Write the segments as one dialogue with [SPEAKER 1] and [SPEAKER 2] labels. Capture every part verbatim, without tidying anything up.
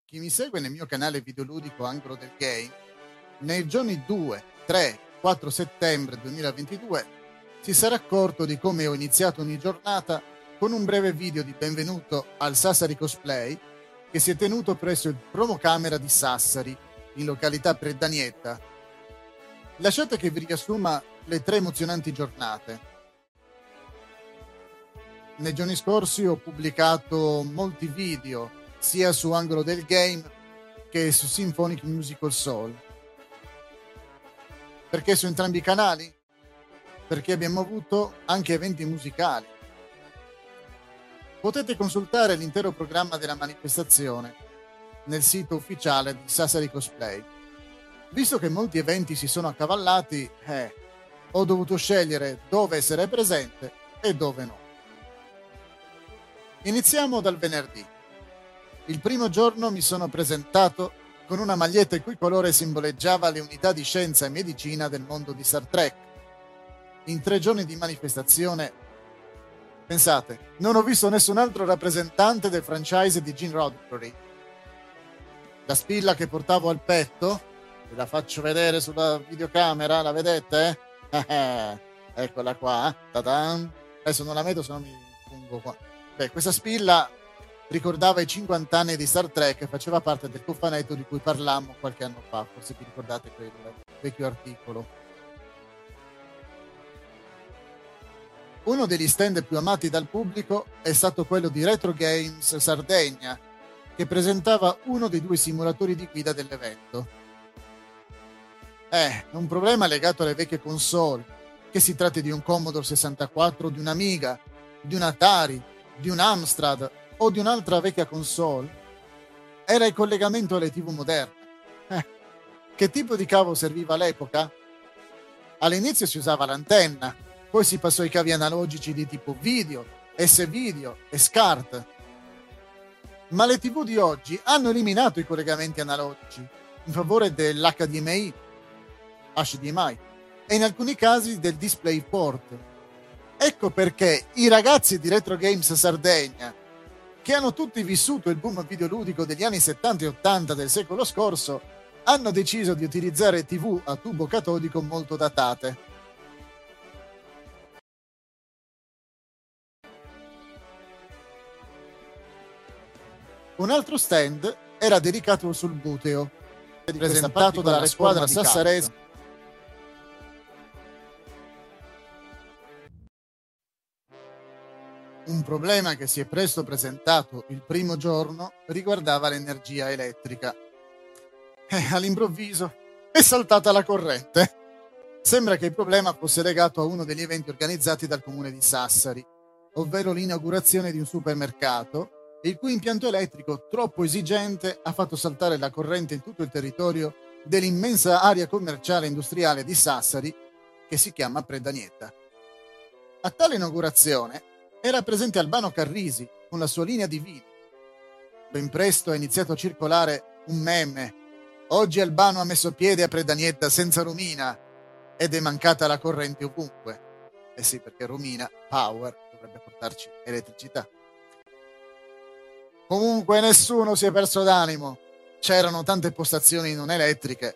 [SPEAKER 1] Chi mi segue nel mio canale videoludico Angolo del Game, nei giorni due, tre, quattro settembre duemilaventidue si sarà accorto di come ho iniziato ogni giornata con un breve video di benvenuto al Sassari Cosplay che si è tenuto presso il promocamera di Sassari, in località Preddanieta. Lasciate che vi riassuma le tre emozionanti giornate. Nei giorni scorsi ho pubblicato molti video sia su Angolo del Game che su Symphonic Musical Soul. Perché su entrambi i canali? Perché abbiamo avuto anche eventi musicali. Potete consultare l'intero programma della manifestazione nel sito ufficiale di Sassari Cosplay. Visto che molti eventi si sono accavallati, eh, ho dovuto scegliere dove essere presente e dove no. Iniziamo dal venerdì. Il primo giorno mi sono presentato con una maglietta il cui colore simboleggiava le unità di scienza e medicina del mondo di Star Trek. In tre giorni di manifestazione, pensate, non ho visto nessun altro rappresentante del franchise di Gene Roddenberry. La spilla che portavo al petto, ve la faccio vedere sulla videocamera, la vedete? Eccola qua, ta-dan. Adesso non la metto, se no mi fungo qua. Beh, questa spilla ricordava i cinquanta anni di Star Trek e faceva parte del cofanetto di cui parlammo qualche anno fa, forse vi ricordate quel vecchio articolo. Uno degli stand più amati dal pubblico è stato quello di Retro Games Sardegna, che presentava uno dei due simulatori di guida dell'evento. Eh, un problema legato alle vecchie console, che si tratti di un Commodore sessantaquattro, di un Amiga, di un Atari, di un Amstrad o di un'altra vecchia console, era il collegamento alle tivù moderne. Eh, che tipo di cavo serviva all'epoca? All'inizio si usava l'antenna, poi si passò ai cavi analogici di tipo video, S-Video e SCART. Ma le tivù di oggi hanno eliminato i collegamenti analogici in favore dell'H D M I, H D M I, e in alcuni casi del DisplayPort. Ecco perché i ragazzi di Retro Games Sardegna, che hanno tutti vissuto il boom videoludico degli anni settanta e ottanta del secolo scorso, hanno deciso di utilizzare tivù a tubo catodico molto datate. Un altro stand era dedicato sul buteo, presentato dalla squadra sassarese. Un problema che si è presto presentato il primo giorno riguardava l'energia elettrica. E all'improvviso è saltata la corrente. Sembra che il problema fosse legato a uno degli eventi organizzati dal comune di Sassari, ovvero l'inaugurazione di un supermercato, il cui impianto elettrico troppo esigente ha fatto saltare la corrente in tutto il territorio dell'immensa area commerciale e industriale di Sassari, che si chiama Preddanieta. A tale inaugurazione era presente Albano Carrisi con la sua linea di vini. Ben presto è iniziato a circolare un meme. Oggi Albano ha messo piede a Preddanieta senza Romina ed è mancata la corrente ovunque. Eh sì, perché Romina, power, dovrebbe portarci elettricità. Comunque nessuno si è perso d'animo. C'erano tante postazioni non elettriche.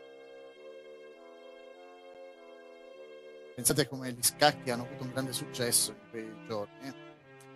[SPEAKER 1] Pensate come gli scacchi hanno avuto un grande successo in quei giorni. Eh?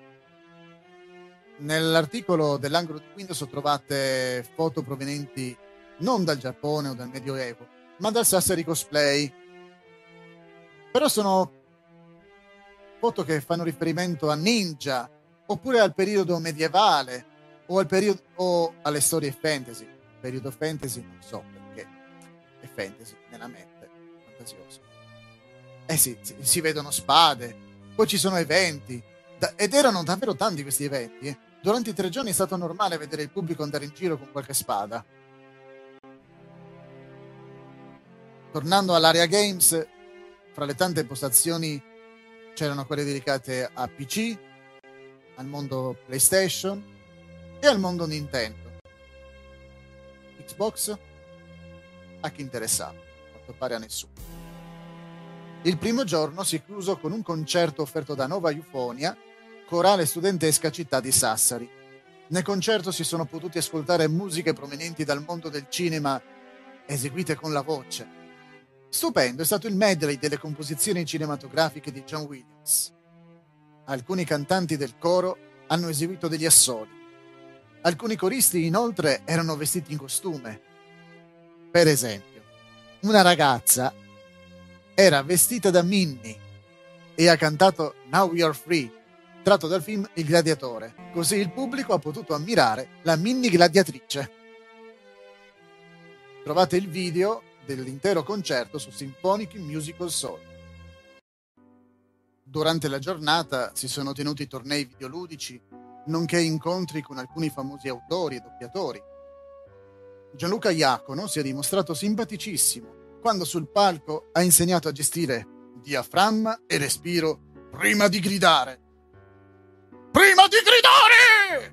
[SPEAKER 1] Nell'articolo dell'angolo di Windows trovate foto provenienti non dal Giappone o dal Medioevo, ma dal Sassari Cosplay. Però sono foto che fanno riferimento a ninja, oppure al periodo medievale, o al periodo o alle storie fantasy. Periodo fantasy non so perché è fantasy nella mente, fantasioso. Eh sì, si, si vedono spade, poi ci sono eventi, da, ed erano davvero tanti questi eventi. Eh. Durante i tre giorni è stato normale vedere il pubblico andare in giro con qualche spada. Tornando all'area games, fra le tante postazioni c'erano quelle dedicate a P C, al mondo PlayStation e al mondo Nintendo. Xbox? A chi interessava? A quanto pare a nessuno. Il primo giorno si è chiuso con un concerto offerto da Nova Euphonia, corale studentesca città di Sassari. Nel concerto si sono potuti ascoltare musiche provenienti dal mondo del cinema eseguite con la voce. Stupendo è stato il medley delle composizioni cinematografiche di John Williams. Alcuni cantanti del coro hanno eseguito degli assoli. Alcuni coristi inoltre erano vestiti in costume. Per esempio, una ragazza era vestita da Minnie e ha cantato Now You're Free, tratto dal film Il Gladiatore. Così il pubblico ha potuto ammirare la Minnie gladiatrice. Trovate il video dell'intero concerto su Symphonic Musical Soul. Durante la giornata si sono tenuti tornei videoludici, nonché incontri con alcuni famosi autori e doppiatori. Gianluca Iacono si è dimostrato simpaticissimo quando sul palco ha insegnato a gestire diaframma e respiro prima di gridare. Prima di gridare!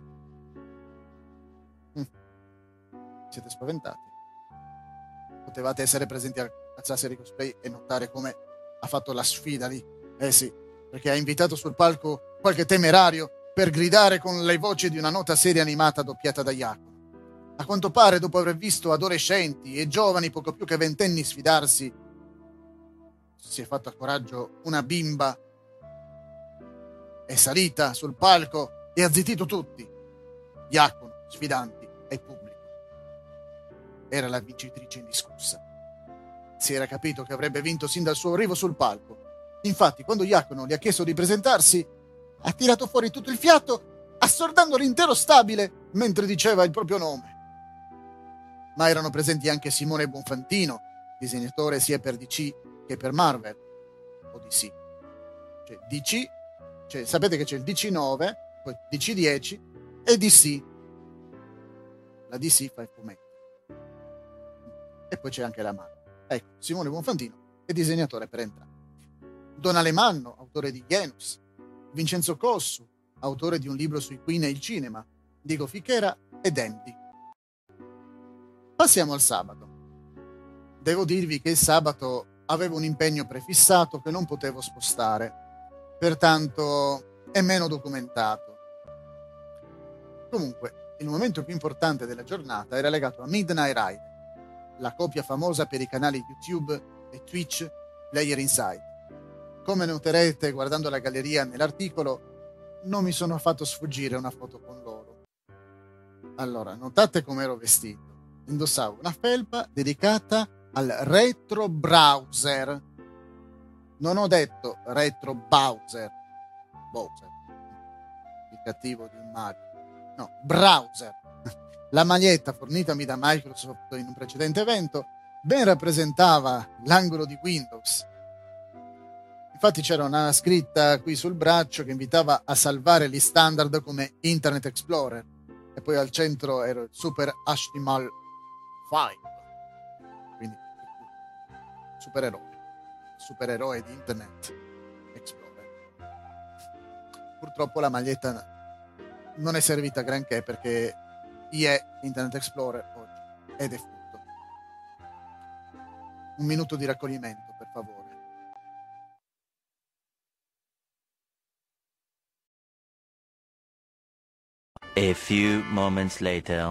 [SPEAKER 1] Mm. Siete spaventati? Potevate essere presenti al Sassari Cosplay e notare come ha fatto la sfida lì. Eh sì, perché ha invitato sul palco qualche temerario per gridare con le voci di una nota serie animata doppiata da Iacono. A quanto pare, dopo aver visto adolescenti e giovani poco più che ventenni sfidarsi, si è fatto a coraggio una bimba, è salita sul palco e ha zittito tutti. Iacono, sfidanti e pubblico. Era la vincitrice indiscussa. Si era capito che avrebbe vinto sin dal suo arrivo sul palco. Infatti, quando Iacono gli ha chiesto di presentarsi, ha tirato fuori tutto il fiato, assordando l'intero stabile mentre diceva il proprio nome. Ma erano presenti anche Simone Bonfantino, disegnatore sia per D C che per Marvel, o D C. Cioè D C, cioè, sapete che c'è il D C nove, poi D C dieci e D C. La D C fa i fumetti. E poi c'è anche la Marvel. Ecco, Simone Bonfantino è disegnatore per entrambi. Don Alemanno, autore di Genus, Vincenzo Cossu, autore di un libro sui Queen e il cinema, Diego Fichera e Dandy. Passiamo al sabato. Devo dirvi che il sabato avevo un impegno prefissato che non potevo spostare, pertanto è meno documentato. Comunque, il momento più importante della giornata era legato a Midnight Rider, la coppia famosa per i canali YouTube e Twitch Player Inside. Come noterete guardando la galleria nell'articolo, non mi sono fatto sfuggire una foto con loro. Allora, notate come ero vestito. Indossavo una felpa dedicata al retro browser. Non ho detto retro Bowser. Bowser. Il cattivo di Mario. No, browser. La maglietta fornitami da Microsoft in un precedente evento ben rappresentava l'angolo di Windows. Infatti c'era una scritta qui sul braccio che invitava a salvare gli standard come Internet Explorer e poi al centro era il Super H T M L cinque, quindi supereroe supereroe di Internet Explorer. Purtroppo la maglietta non è servita granché perché I E Internet Explorer oggi è defunto. Un minuto di raccoglimento, per favore.
[SPEAKER 2] A few moments later.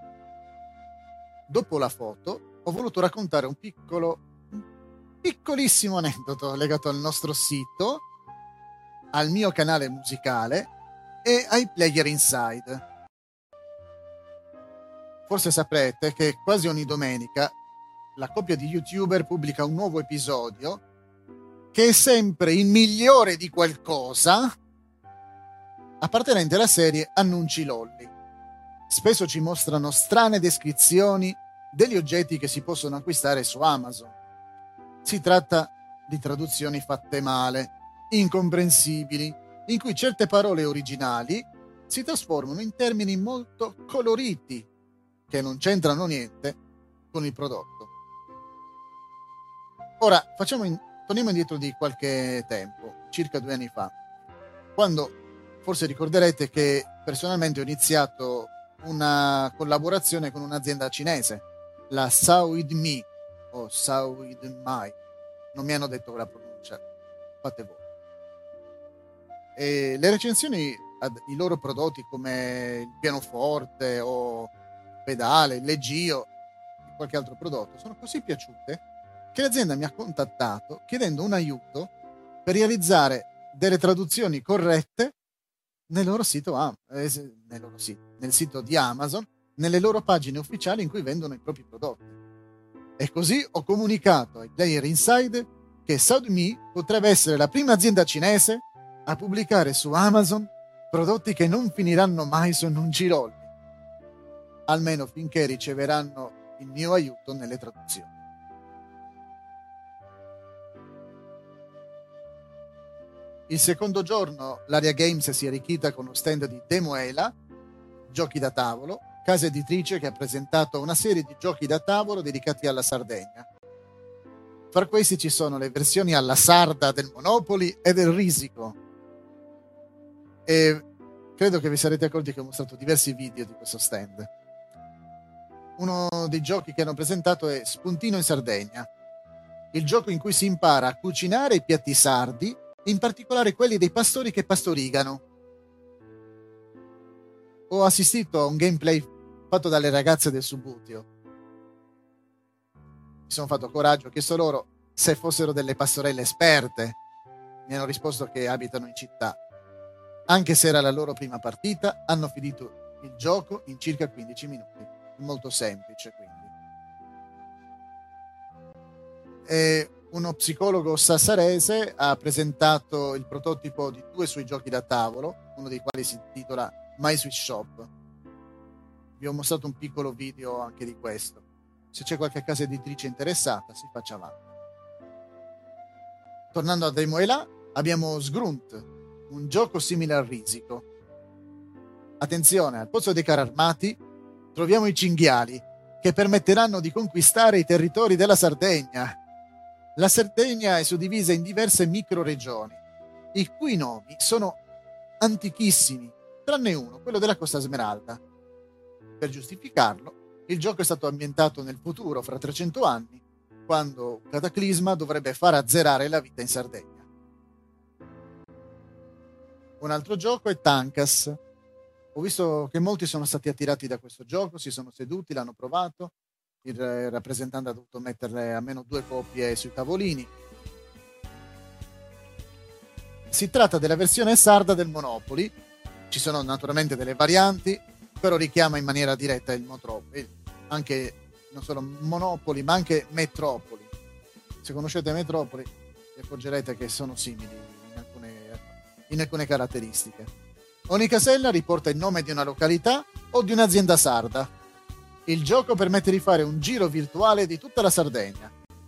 [SPEAKER 1] Dopo la foto ho voluto raccontare un piccolo, un piccolissimo aneddoto legato al nostro sito, al mio canale musicale e ai Player Inside. Forse saprete che quasi ogni domenica la coppia di YouTuber pubblica un nuovo episodio che è sempre il migliore di qualcosa appartenente alla serie Annunci Lolli. Spesso ci mostrano strane descrizioni degli oggetti che si possono acquistare su Amazon. Si tratta di traduzioni fatte male, incomprensibili, in cui certe parole originali si trasformano in termini molto coloriti che non c'entrano niente con il prodotto. Ora, facciamo in... torniamo indietro di qualche tempo, circa due anni fa, quando forse ricorderete che personalmente ho iniziato una collaborazione con un'azienda cinese, la Saoidmi o Saoidmai, non mi hanno detto la pronuncia, fate voi. E le recensioni ad, i loro prodotti come il pianoforte o il pedale, il leggio e qualche altro prodotto sono così piaciute che l'azienda mi ha contattato chiedendo un aiuto per realizzare delle traduzioni corrette nel loro sito, eh, nel, loro sito nel sito di Amazon, nelle loro pagine ufficiali in cui vendono i propri prodotti. E così ho comunicato ai Player Inside che SoundMe potrebbe essere la prima azienda cinese a pubblicare su Amazon prodotti che non finiranno mai su Nuncirolli, almeno finché riceveranno il mio aiuto nelle traduzioni. Il secondo giorno l'Area Games si è arricchita con uno stand di Demoela, giochi da tavolo, casa editrice che ha presentato una serie di giochi da tavolo dedicati alla Sardegna. Fra questi ci sono le versioni alla sarda del Monopoly e del Risico. E credo che vi sarete accorti che ho mostrato diversi video di questo stand. Uno dei giochi che hanno presentato è Spuntino in Sardegna, il gioco in cui si impara a cucinare i piatti sardi, in particolare quelli dei pastori che pastorigano. Ho assistito a un gameplay fatto dalle ragazze del Subutio. Mi sono fatto coraggio, ho chiesto loro se fossero delle pastorelle esperte. Mi hanno risposto che abitano in città. Anche se era la loro prima partita, hanno finito il gioco in circa quindici minuti. Molto semplice, quindi. E uno psicologo sassarese ha presentato il prototipo di due suoi giochi da tavolo, uno dei quali si intitola My Switch Shop. Vi ho mostrato un piccolo video anche di questo. Se c'è qualche casa editrice interessata, si faccia avanti. Tornando a Demoela, abbiamo Sgrunt, un gioco simile al Risico. Attenzione, al posto dei carri armati troviamo i cinghiali, che permetteranno di conquistare i territori della Sardegna. La Sardegna è suddivisa in diverse microregioni, i cui nomi sono antichissimi, tranne uno, quello della Costa Smeralda. Per giustificarlo, il gioco è stato ambientato nel futuro, fra trecento anni, quando un cataclisma dovrebbe far azzerare la vita in Sardegna. Un altro gioco è Tankas. Ho visto che molti sono stati attirati da questo gioco, si sono seduti, l'hanno provato. Il rappresentante ha dovuto metterle almeno due copie sui tavolini. Si tratta della versione sarda del Monopoly. Ci sono naturalmente delle varianti, però richiama in maniera diretta il Monopoly, anche non solo Monopoly, ma anche Metropoli. Se conoscete Metropoli, vi accorgerete che sono simili in alcune, in alcune caratteristiche. Ogni casella riporta il nome di una località o di un'azienda sarda. Il gioco permette di fare un giro virtuale di tutta la Sardegna.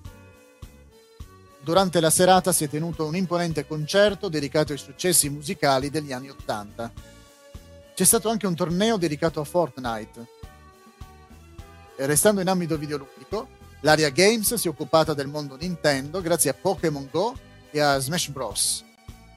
[SPEAKER 1] Durante la serata si è tenuto un imponente concerto dedicato ai successi musicali degli anni Ottanta. C'è stato anche un torneo dedicato a Fortnite. E restando in ambito videoludico, l'Area Games si è occupata del mondo Nintendo grazie a Pokémon Go e a Smash Bros.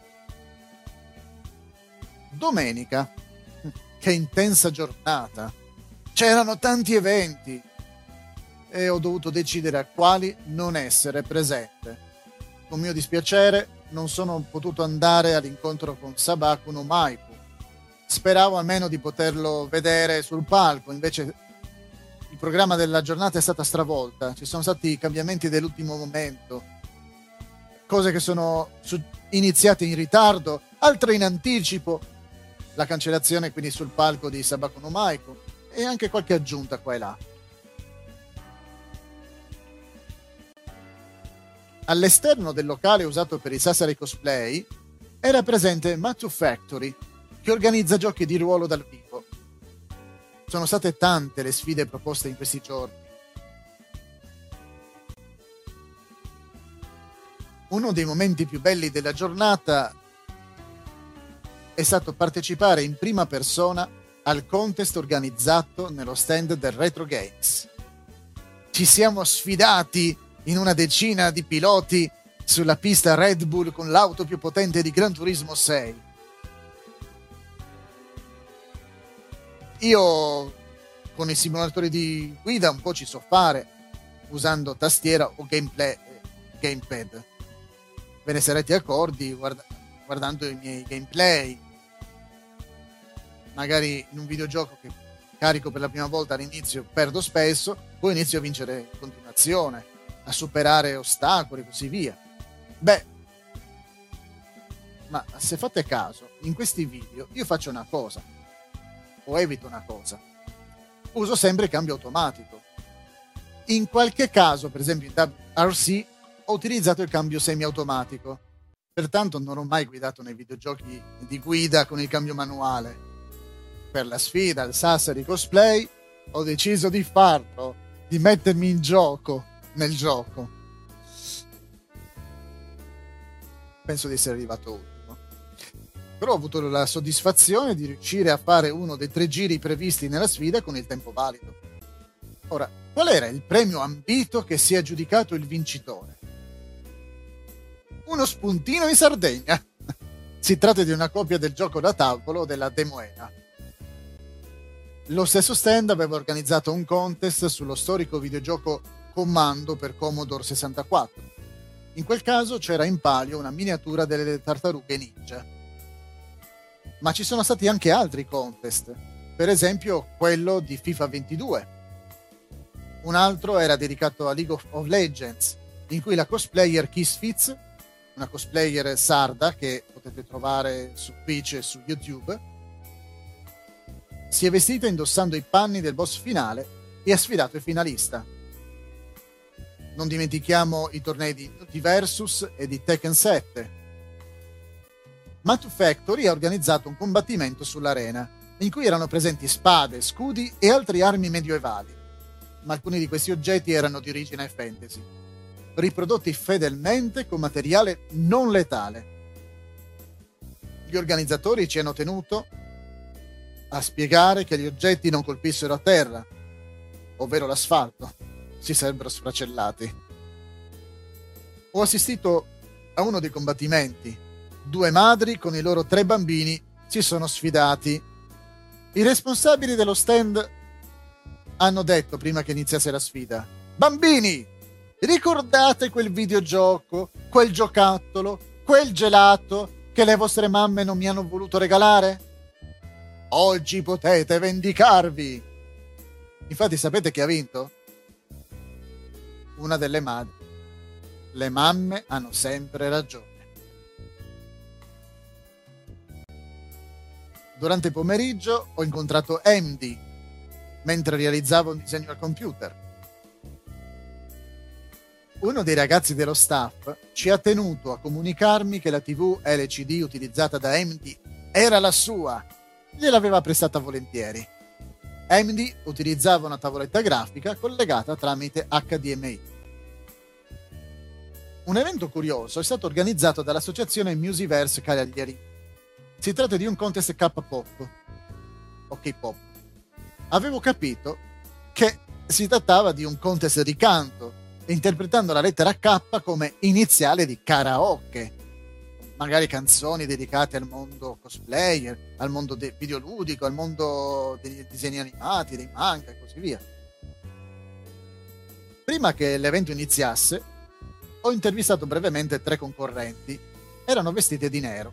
[SPEAKER 1] Domenica. Che intensa giornata! C'erano tanti eventi e ho dovuto decidere a quali non essere presente. Con mio dispiacere non sono potuto andare all'incontro con Sabaku no Maipu. Speravo almeno di poterlo vedere sul palco, invece il programma della giornata è stata stravolta. Ci sono stati cambiamenti dell'ultimo momento, cose che sono iniziate in ritardo, altre in anticipo, la cancellazione quindi sul palco di Sabaku no Maipu e anche qualche aggiunta qua e là. All'esterno del locale usato per i Sassari Cosplay era presente Matsu Factory, che organizza giochi di ruolo dal vivo. Sono state tante le sfide proposte in questi giorni. Uno dei momenti più belli della giornata è stato partecipare in prima persona al contest organizzato nello stand del Retro Games. Ci siamo sfidati in una decina di piloti sulla pista Red Bull con l'auto più potente di Gran Turismo sei. Io con i simulatori di guida un po' ci so fare, usando tastiera o gameplay, gamepad. Ve ne sarete accorti guarda- guardando i miei gameplay. magari in un videogioco che carico per la prima volta all'inizio perdo spesso, poi inizio a vincere in continuazione, a superare ostacoli e così via. Beh, ma se fate caso, in questi video io faccio una cosa, o evito una cosa. Uso sempre il cambio automatico. In qualche caso, per esempio in W R C, ho utilizzato il cambio semiautomatico. Pertanto non ho mai guidato nei videogiochi di guida con il cambio manuale. Per la sfida, il Sassari Cosplay, ho deciso di farlo, di mettermi in gioco nel gioco. Penso di essere arrivato ultimo. Però ho avuto la soddisfazione di riuscire a fare uno dei tre giri previsti nella sfida con il tempo valido. Ora, qual era il premio ambito che si è aggiudicato il vincitore? Uno spuntino in Sardegna. Si tratta di una copia del gioco da tavolo della Demoena. Lo stesso stand aveva organizzato un contest sullo storico videogioco Commando per Commodore sessantaquattro. In quel caso c'era in palio una miniatura delle tartarughe ninja. Ma ci sono stati anche altri contest, per esempio quello di FIFA ventidue. Un altro era dedicato a League of Legends, in cui la cosplayer Kiss Fitz, una cosplayer sarda che potete trovare su Twitch e su YouTube, si è vestita indossando i panni del boss finale e ha sfidato il finalista. Non dimentichiamo i tornei di Multiversus e di Tekken sette. Matu Factory ha organizzato un combattimento sull'arena, in cui erano presenti spade, scudi e altre armi medioevali, ma alcuni di questi oggetti erano di origine fantasy, riprodotti fedelmente con materiale non letale. Gli organizzatori ci hanno tenuto a spiegare che gli oggetti non colpissero a terra, ovvero l'asfalto, si sarebbero sfracellati. Ho assistito a uno dei combattimenti. Due madri con i loro tre bambini si sono sfidati. I responsabili dello stand hanno detto prima che iniziasse la sfida: bambini, ricordate quel videogioco, quel giocattolo, quel gelato che le vostre mamme non mi hanno voluto regalare? Oggi potete vendicarvi. Infatti sapete chi ha vinto? Una delle madri. Le mamme hanno sempre ragione. Durante il pomeriggio ho incontrato M D mentre realizzavo un disegno al computer. Uno dei ragazzi dello staff ci ha tenuto a comunicarmi che la tivù L C D utilizzata da M D era la sua. Gliel'aveva prestata volentieri. M D utilizzava una tavoletta grafica collegata tramite H D M I. Un evento curioso è stato organizzato dall'associazione Musiverse Cagliari. Si tratta di un contest K-pop o K-pop. Avevo capito che si trattava di un contest di canto, interpretando la lettera K come iniziale di karaoke. Magari canzoni dedicate al mondo cosplayer, al mondo de- videoludico, al mondo dei disegni animati, dei manga e così via. Prima che l'evento iniziasse, ho intervistato brevemente tre concorrenti. Erano vestite di nero.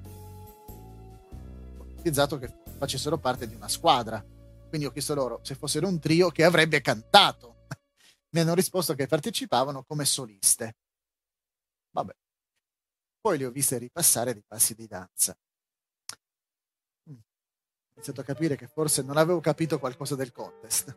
[SPEAKER 1] Ho ipotizzato che facessero parte di una squadra, quindi ho chiesto loro se fossero un trio che avrebbe cantato. Mi hanno risposto che partecipavano come soliste. Vabbè. Poi li ho viste ripassare dei passi di danza. Ho iniziato a capire che forse non avevo capito qualcosa del contest.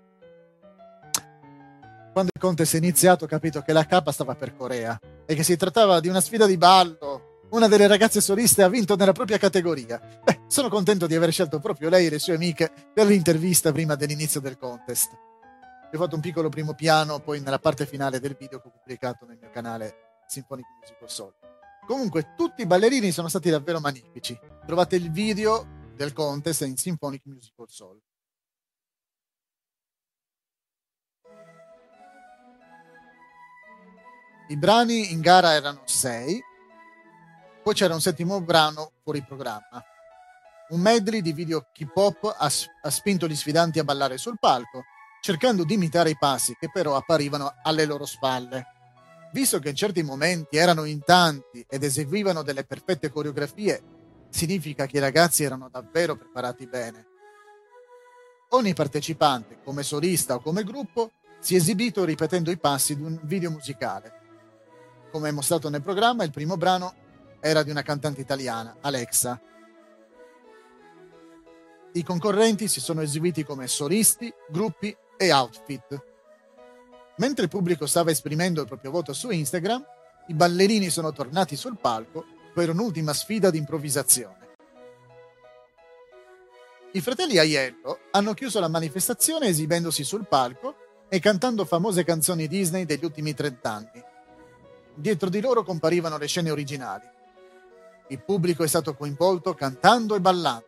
[SPEAKER 1] Quando il contest è iniziato ho capito che la K stava per Corea e che si trattava di una sfida di ballo. Una delle ragazze soliste ha vinto nella propria categoria. Beh, sono contento di aver scelto proprio lei e le sue amiche per l'intervista prima dell'inizio del contest. Ho fatto un piccolo primo piano poi nella parte finale del video che ho pubblicato nel mio canale Symphonic Musical Soul. Comunque tutti i ballerini sono stati davvero magnifici. Trovate il video del contest in Symphonic Musical Soul. I brani in gara erano sei, poi c'era un settimo brano fuori programma. Un medley di video K-pop ha, ha spinto gli sfidanti a ballare sul palco, cercando di imitare i passi che però apparivano alle loro spalle. Visto che in certi momenti erano in tanti ed eseguivano delle perfette coreografie, significa che i ragazzi erano davvero preparati bene. Ogni partecipante, come solista o come gruppo, si è esibito ripetendo i passi di un video musicale. Come è mostrato nel programma, il primo brano era di una cantante italiana, Alexa. I concorrenti si sono esibiti come solisti, gruppi e outfit. Mentre il pubblico stava esprimendo il proprio voto su Instagram, i ballerini sono tornati sul palco per un'ultima sfida di improvvisazione. I fratelli Aiello hanno chiuso la manifestazione esibendosi sul palco e cantando famose canzoni Disney degli ultimi trent'anni. Dietro di loro comparivano le scene originali. Il pubblico è stato coinvolto cantando e ballando.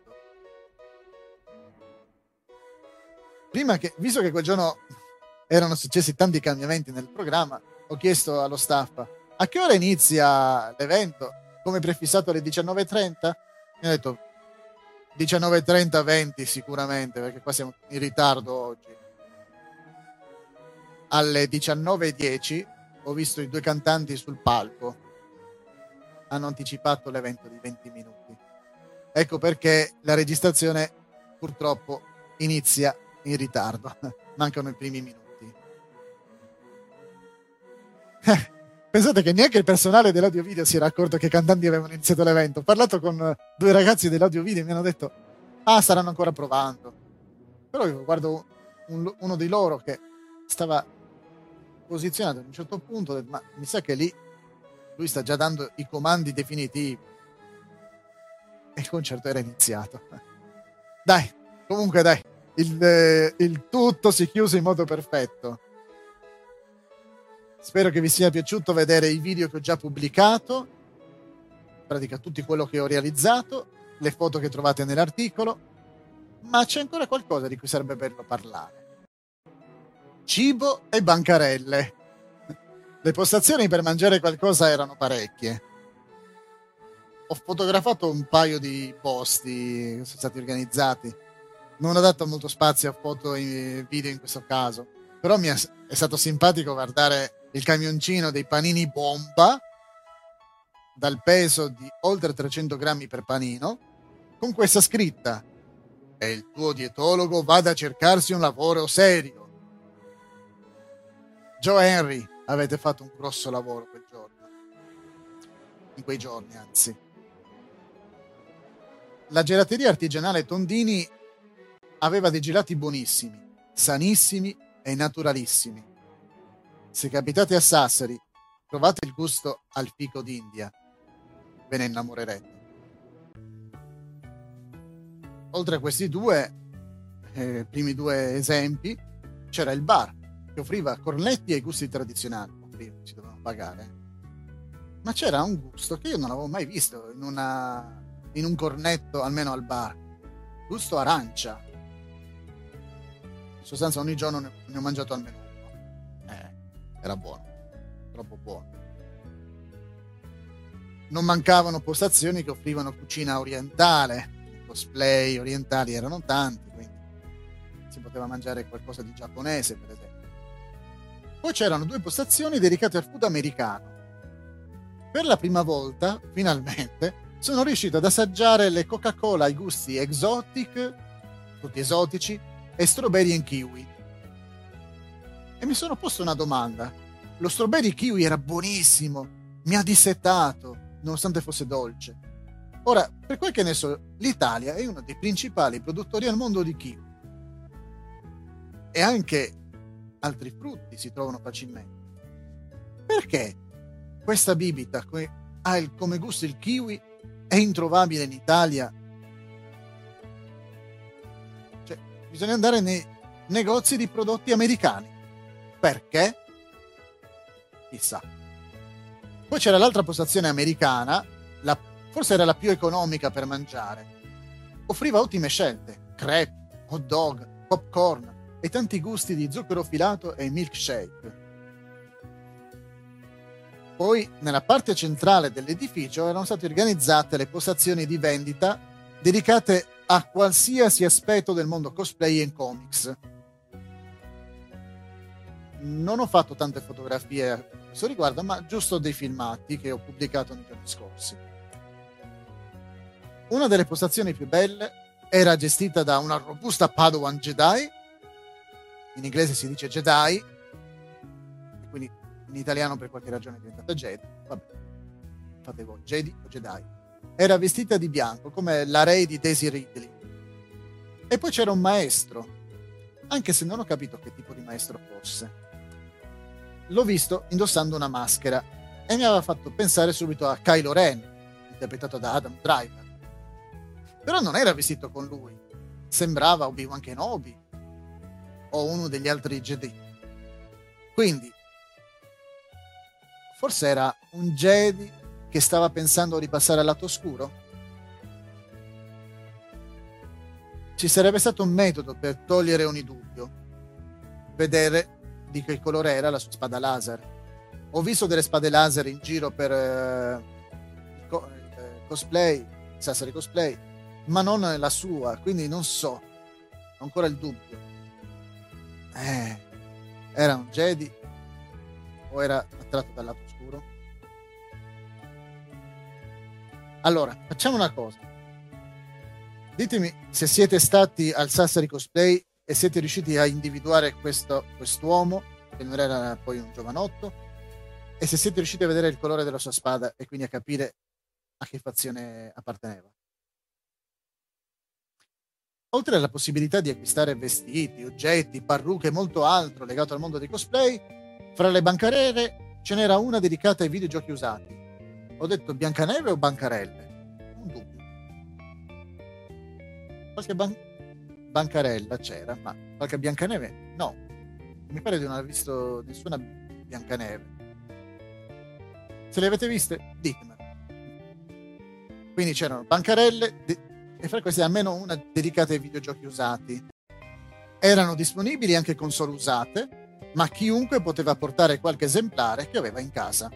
[SPEAKER 1] Prima che, visto che quel giorno erano successi tanti cambiamenti nel programma, ho chiesto allo staff a che ora inizia l'evento, come prefissato alle diciannove e trenta? Mi ha detto diciannove e trenta venti sicuramente, perché qua siamo in ritardo oggi. Alle diciannove e dieci ho visto i due cantanti sul palco. Hanno anticipato l'evento di venti minuti. Ecco perché la registrazione purtroppo inizia in ritardo. Mancano i primi minuti. Pensate che neanche il personale dell'audio video si era accorto che i cantanti avevano iniziato l'evento. Ho parlato con due ragazzi dell'audio video e mi hanno detto ah, staranno ancora provando. Però io guardo un, uno di loro che stava posizionato a un certo punto, ho detto, ma mi sa che lì lui sta già dando i comandi definitivi e il concerto era iniziato. Dai, comunque dai, il, eh, il tutto si chiuse in modo perfetto. Spero che vi sia piaciuto vedere i video che ho già pubblicato, in pratica tutti quello che ho realizzato, le foto che trovate nell'articolo, ma c'è ancora qualcosa di cui sarebbe bello parlare. Cibo e bancarelle. Le postazioni per mangiare qualcosa erano parecchie. Ho fotografato un paio di posti che sono stati organizzati. Non ho dato molto spazio a foto e video in questo caso, però mi è, è stato simpatico guardare il camioncino dei panini bomba dal peso di oltre trecento grammi per panino con questa scritta: e il tuo dietologo vada a cercarsi un lavoro serio. Joe Henry, avete fatto un grosso lavoro quel giorno. In quei giorni, anzi. La gelateria artigianale Tondini aveva dei gelati buonissimi, sanissimi e naturalissimi. Se capitate a Sassari, provate il gusto al fico d'India. Ve ne innamorerete. Oltre a questi due, eh, primi due esempi, c'era il bar, che offriva cornetti ai gusti tradizionali. Offriva, si dovevano pagare. Ma c'era un gusto che io non avevo mai visto in, una, in un cornetto, almeno al bar. Gusto arancia. In sostanza ogni giorno ne, ne ho mangiato almeno uno. Eh, era buono. Troppo buono. Non mancavano postazioni che offrivano cucina orientale. Cosplay orientali erano tanti, quindi si poteva mangiare qualcosa di giapponese, per esempio. Poi c'erano due postazioni dedicate al food americano. Per la prima volta, finalmente, sono riuscito ad assaggiare le Coca-Cola ai gusti exotic, tutti esotici, e strawberry and kiwi. E mi sono posto una domanda. Lo strawberry kiwi era buonissimo, mi ha dissettato, nonostante fosse dolce. Ora, per quel che ne so, l'Italia è uno dei principali produttori al mondo di kiwi. E anche altri frutti si trovano facilmente. Perché questa bibita che ha il, come gusto il kiwi è introvabile in Italia? Cioè, bisogna andare nei negozi di prodotti americani. Perché? Chissà. Poi c'era l'altra postazione americana, la, forse era la più economica per mangiare. Offriva ottime scelte: crepe, hot dog, popcorn e tanti gusti di zucchero filato e milkshake. Poi, nella parte centrale dell'edificio erano state organizzate le postazioni di vendita dedicate a qualsiasi aspetto del mondo cosplay e comics. Non ho fatto tante fotografie a questo riguardo, ma giusto dei filmati che ho pubblicato nei giorni scorsi. Una delle postazioni più belle era gestita da una robusta Padawan Jedi, in inglese si dice Jedi, e quindi in italiano per qualche ragione è diventata Jedi, vabbè, fate voi, Jedi o Jedi. Era vestita di bianco, come la Rey di Daisy Ridley. E poi c'era un maestro, anche se non ho capito che tipo di maestro fosse. L'ho visto indossando una maschera e mi aveva fatto pensare subito a Kylo Ren, interpretato da Adam Driver. Però non era vestito con lui, sembrava Obi-Wan Kenobi o uno degli altri Jedi. Quindi forse era un Jedi che stava pensando di passare al lato oscuro? Ci sarebbe stato un metodo per togliere ogni dubbio: vedere di che colore era la sua spada laser. Ho visto delle spade laser in giro per eh, co- eh, cosplay, Sassari cosplay, ma non la sua, quindi non so, ho ancora il dubbio. Eh, era un Jedi o era attratto dal lato oscuro? Allora, facciamo una cosa. Ditemi se siete stati al Sassari Cosplay e siete riusciti a individuare questo quest'uomo, che non era poi un giovanotto, e se siete riusciti a vedere il colore della sua spada e quindi a capire a che fazione apparteneva. Oltre alla possibilità di acquistare vestiti, oggetti, parrucche e molto altro legato al mondo dei cosplay, fra le bancarelle ce n'era una dedicata ai videogiochi usati. Ho detto Biancaneve o Bancarelle? Un dubbio. Qualche ban- bancarella c'era, ma qualche Biancaneve no. Mi pare di non aver visto nessuna Biancaneve. Se le avete viste, ditemelo. Quindi c'erano bancarelle de- e fra queste almeno una dedicata ai videogiochi usati. Erano disponibili anche console usate, ma chiunque poteva portare qualche esemplare che aveva in casa.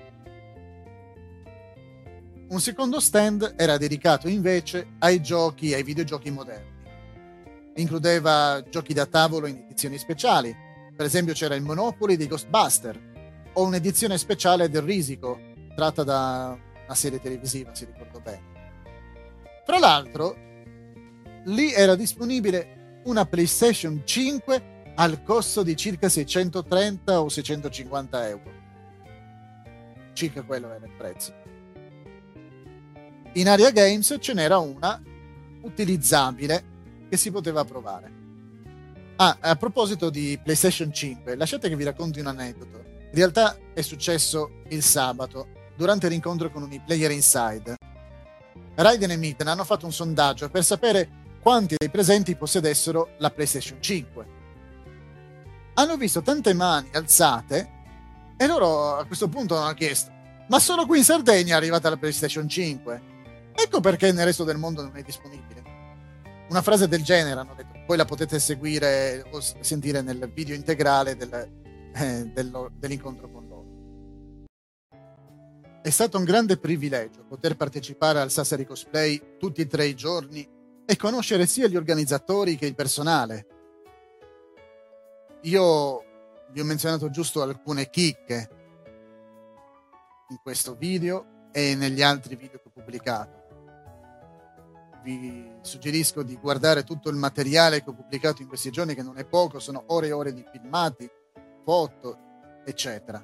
[SPEAKER 1] Un secondo stand era dedicato invece ai giochi e ai videogiochi moderni. Includeva giochi da tavolo in edizioni speciali. Per esempio c'era il Monopoly dei Ghostbuster o un'edizione speciale del Risico, tratta da una serie televisiva, se ricordo bene. Tra l'altro, lì era disponibile una PlayStation cinque al costo di circa seicentotrenta o seicentocinquanta euro. Circa quello era il prezzo. In Area Games ce n'era una utilizzabile che si poteva provare. Ah, a proposito di PlayStation cinque, lasciate che vi racconti un aneddoto. In realtà è successo il sabato, durante l'incontro con un Player Inside. Raiden e Mitten hanno fatto un sondaggio per sapere quanti dei presenti possedessero la PlayStation cinque. Hanno visto tante mani alzate e loro a questo punto hanno chiesto: ma solo qui in Sardegna è arrivata la PlayStation cinque? Ecco perché nel resto del mondo non è disponibile. Una frase del genere hanno detto, poi la potete seguire o sentire nel video integrale del, eh, dello, dell'incontro con loro. È stato un grande privilegio poter partecipare al Sassari Cosplay tutti e tre i giorni e conoscere sia gli organizzatori che il personale. Io vi ho menzionato giusto alcune chicche in questo video e negli altri video che ho pubblicato. Vi suggerisco di guardare tutto il materiale che ho pubblicato in questi giorni, che non è poco, sono ore e ore di filmati, foto, eccetera.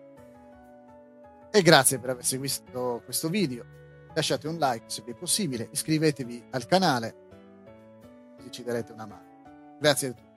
[SPEAKER 1] E grazie per aver seguito questo video. Lasciate un like se vi è possibile, iscrivetevi al canale, così ci darete una mano. Grazie a tutti.